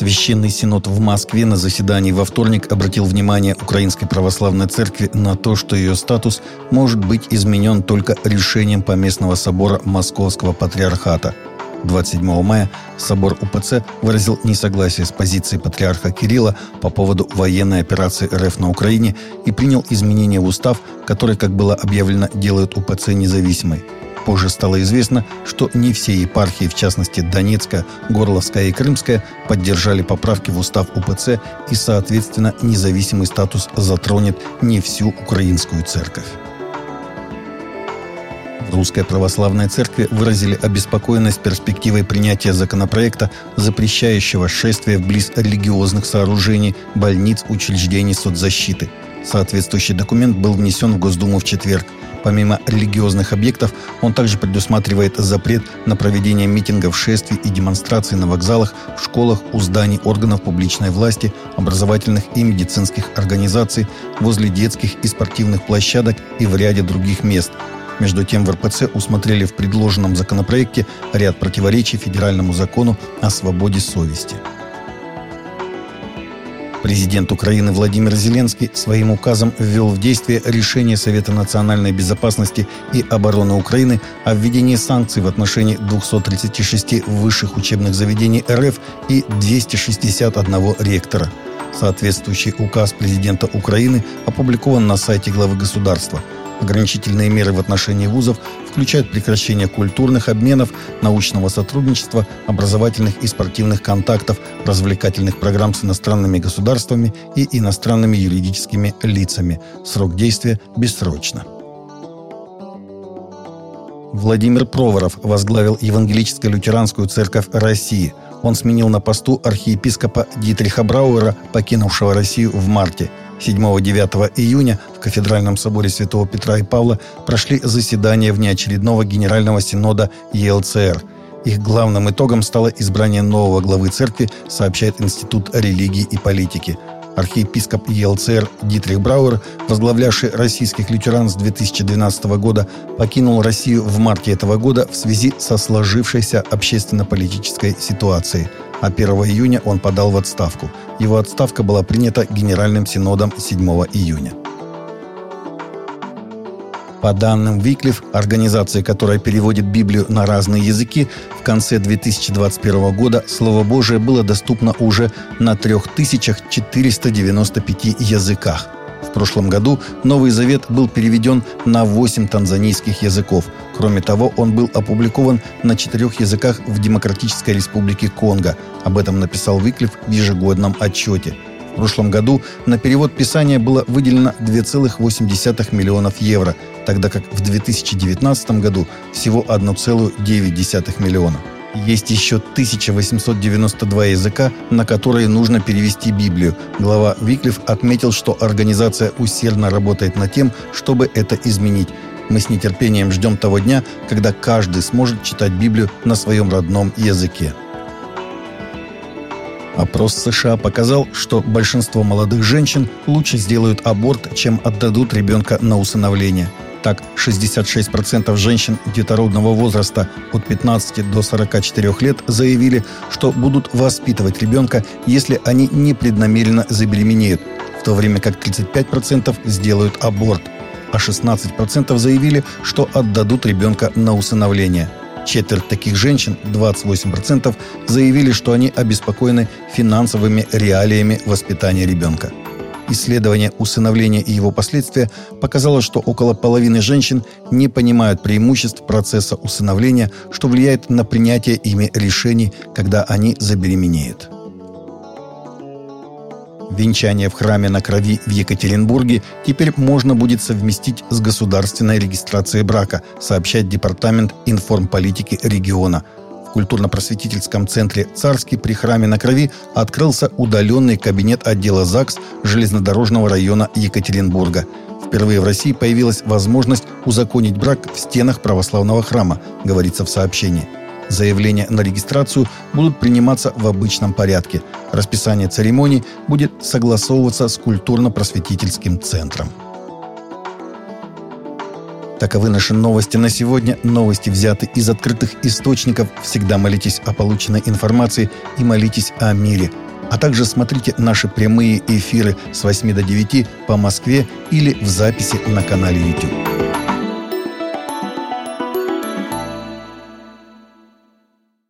Священный Синод в Москве на заседании во вторник обратил внимание Украинской Православной Церкви на то, что ее статус может быть изменен только решением Поместного собора Московского Патриархата. 27 мая собор УПЦ выразил несогласие с позицией патриарха Кирилла по поводу военной операции РФ на Украине и принял изменения в устав, которые, как было объявлено, делают УПЦ независимой. Позже стало известно, что не все епархии, в частности Донецкая, Горловская и Крымская, поддержали поправки в устав УПЦ, и, соответственно, независимый статус затронет не всю украинскую церковь. В Русской Православной Церкви выразили обеспокоенность перспективой принятия законопроекта, запрещающего шествие вблизи религиозных сооружений, больниц, учреждений соцзащиты. Соответствующий документ был внесен в Госдуму в четверг. Помимо религиозных объектов, он также предусматривает запрет на проведение митингов, шествий и демонстраций на вокзалах, в школах, у зданий органов публичной власти, образовательных и медицинских организаций, возле детских и спортивных площадок и в ряде других мест. Между тем, в РПЦ усмотрели в предложенном законопроекте ряд противоречий федеральному закону о свободе совести. Президент Украины Владимир Зеленский своим указом ввел в действие решение Совета национальной безопасности и обороны Украины о введении санкций в отношении 236 высших учебных заведений РФ и 261 ректора. Соответствующий указ президента Украины опубликован на сайте главы государства. Ограничительные меры в отношении вузов включают прекращение культурных обменов, научного сотрудничества, образовательных и спортивных контактов, развлекательных программ с иностранными государствами и иностранными юридическими лицами. Срок действия бессрочно. Владимир Проворов возглавил Евангелическо-лютеранскую церковь России. Он сменил на посту архиепископа Дитриха Брауэра, покинувшего Россию в марте. 7-9 июня в Кафедральном соборе Святого Петра и Павла прошли заседания внеочередного Генерального Синода ЕЛЦР. Их главным итогом стало избрание нового главы церкви, сообщает Институт религии и политики. Архиепископ ЕЛЦР Дитрих Брауэр, возглавлявший российских лютеран с 2012 года, покинул Россию в марте этого года в связи со сложившейся общественно-политической ситуацией. А 1 июня он подал в отставку. Его отставка была принята Генеральным Синодом 7 июня. По данным Wycliffe, организации, которая переводит Библию на разные языки, в конце 2021 года Слово Божие было доступно уже на 3495 языках. В прошлом году Новый Завет был переведен на 8 танзанийских языков. Кроме того, он был опубликован на 4 языках в Демократической Республике Конго. Об этом написал Wycliffe в ежегодном отчете. В прошлом году на перевод Писания было выделено 2,8 миллионов евро, тогда как в 2019 году всего 1,9 миллиона. Есть еще 1892 языка, на которые нужно перевести Библию. Глава Wycliffe отметил, что организация усердно работает над тем, чтобы это изменить. Мы с нетерпением ждем того дня, когда каждый сможет читать Библию на своем родном языке. Опрос США показал, что большинство молодых женщин лучше сделают аборт, чем отдадут ребенка на усыновление. Так, 66% женщин детородного возраста от 15 до 44 лет заявили, что будут воспитывать ребенка, если они непреднамеренно забеременеют, в то время как 35% сделают аборт, а 16% заявили, что отдадут ребенка на усыновление. Четверть таких женщин, 28%, заявили, что они обеспокоены финансовыми реалиями воспитания ребенка. Исследование усыновления и его последствия показало, что около половины женщин не понимают преимуществ процесса усыновления, что влияет на принятие ими решений, когда они забеременеют. Венчание в храме на Крови в Екатеринбурге теперь можно будет совместить с государственной регистрацией брака, сообщает Департамент информполитики региона. В культурно-просветительском центре «Царский» при храме на Крови открылся удаленный кабинет отдела ЗАГС железнодорожного района Екатеринбурга. Впервые в России появилась возможность узаконить брак в стенах православного храма, говорится в сообщении. Заявления на регистрацию будут приниматься в обычном порядке. Расписание церемоний будет согласовываться с культурно-просветительским центром. Таковы наши новости на сегодня. Новости взяты из открытых источников. Всегда молитесь о полученной информации и молитесь о мире. А также смотрите наши прямые эфиры с 8 до 9 по Москве или в записи на канале YouTube.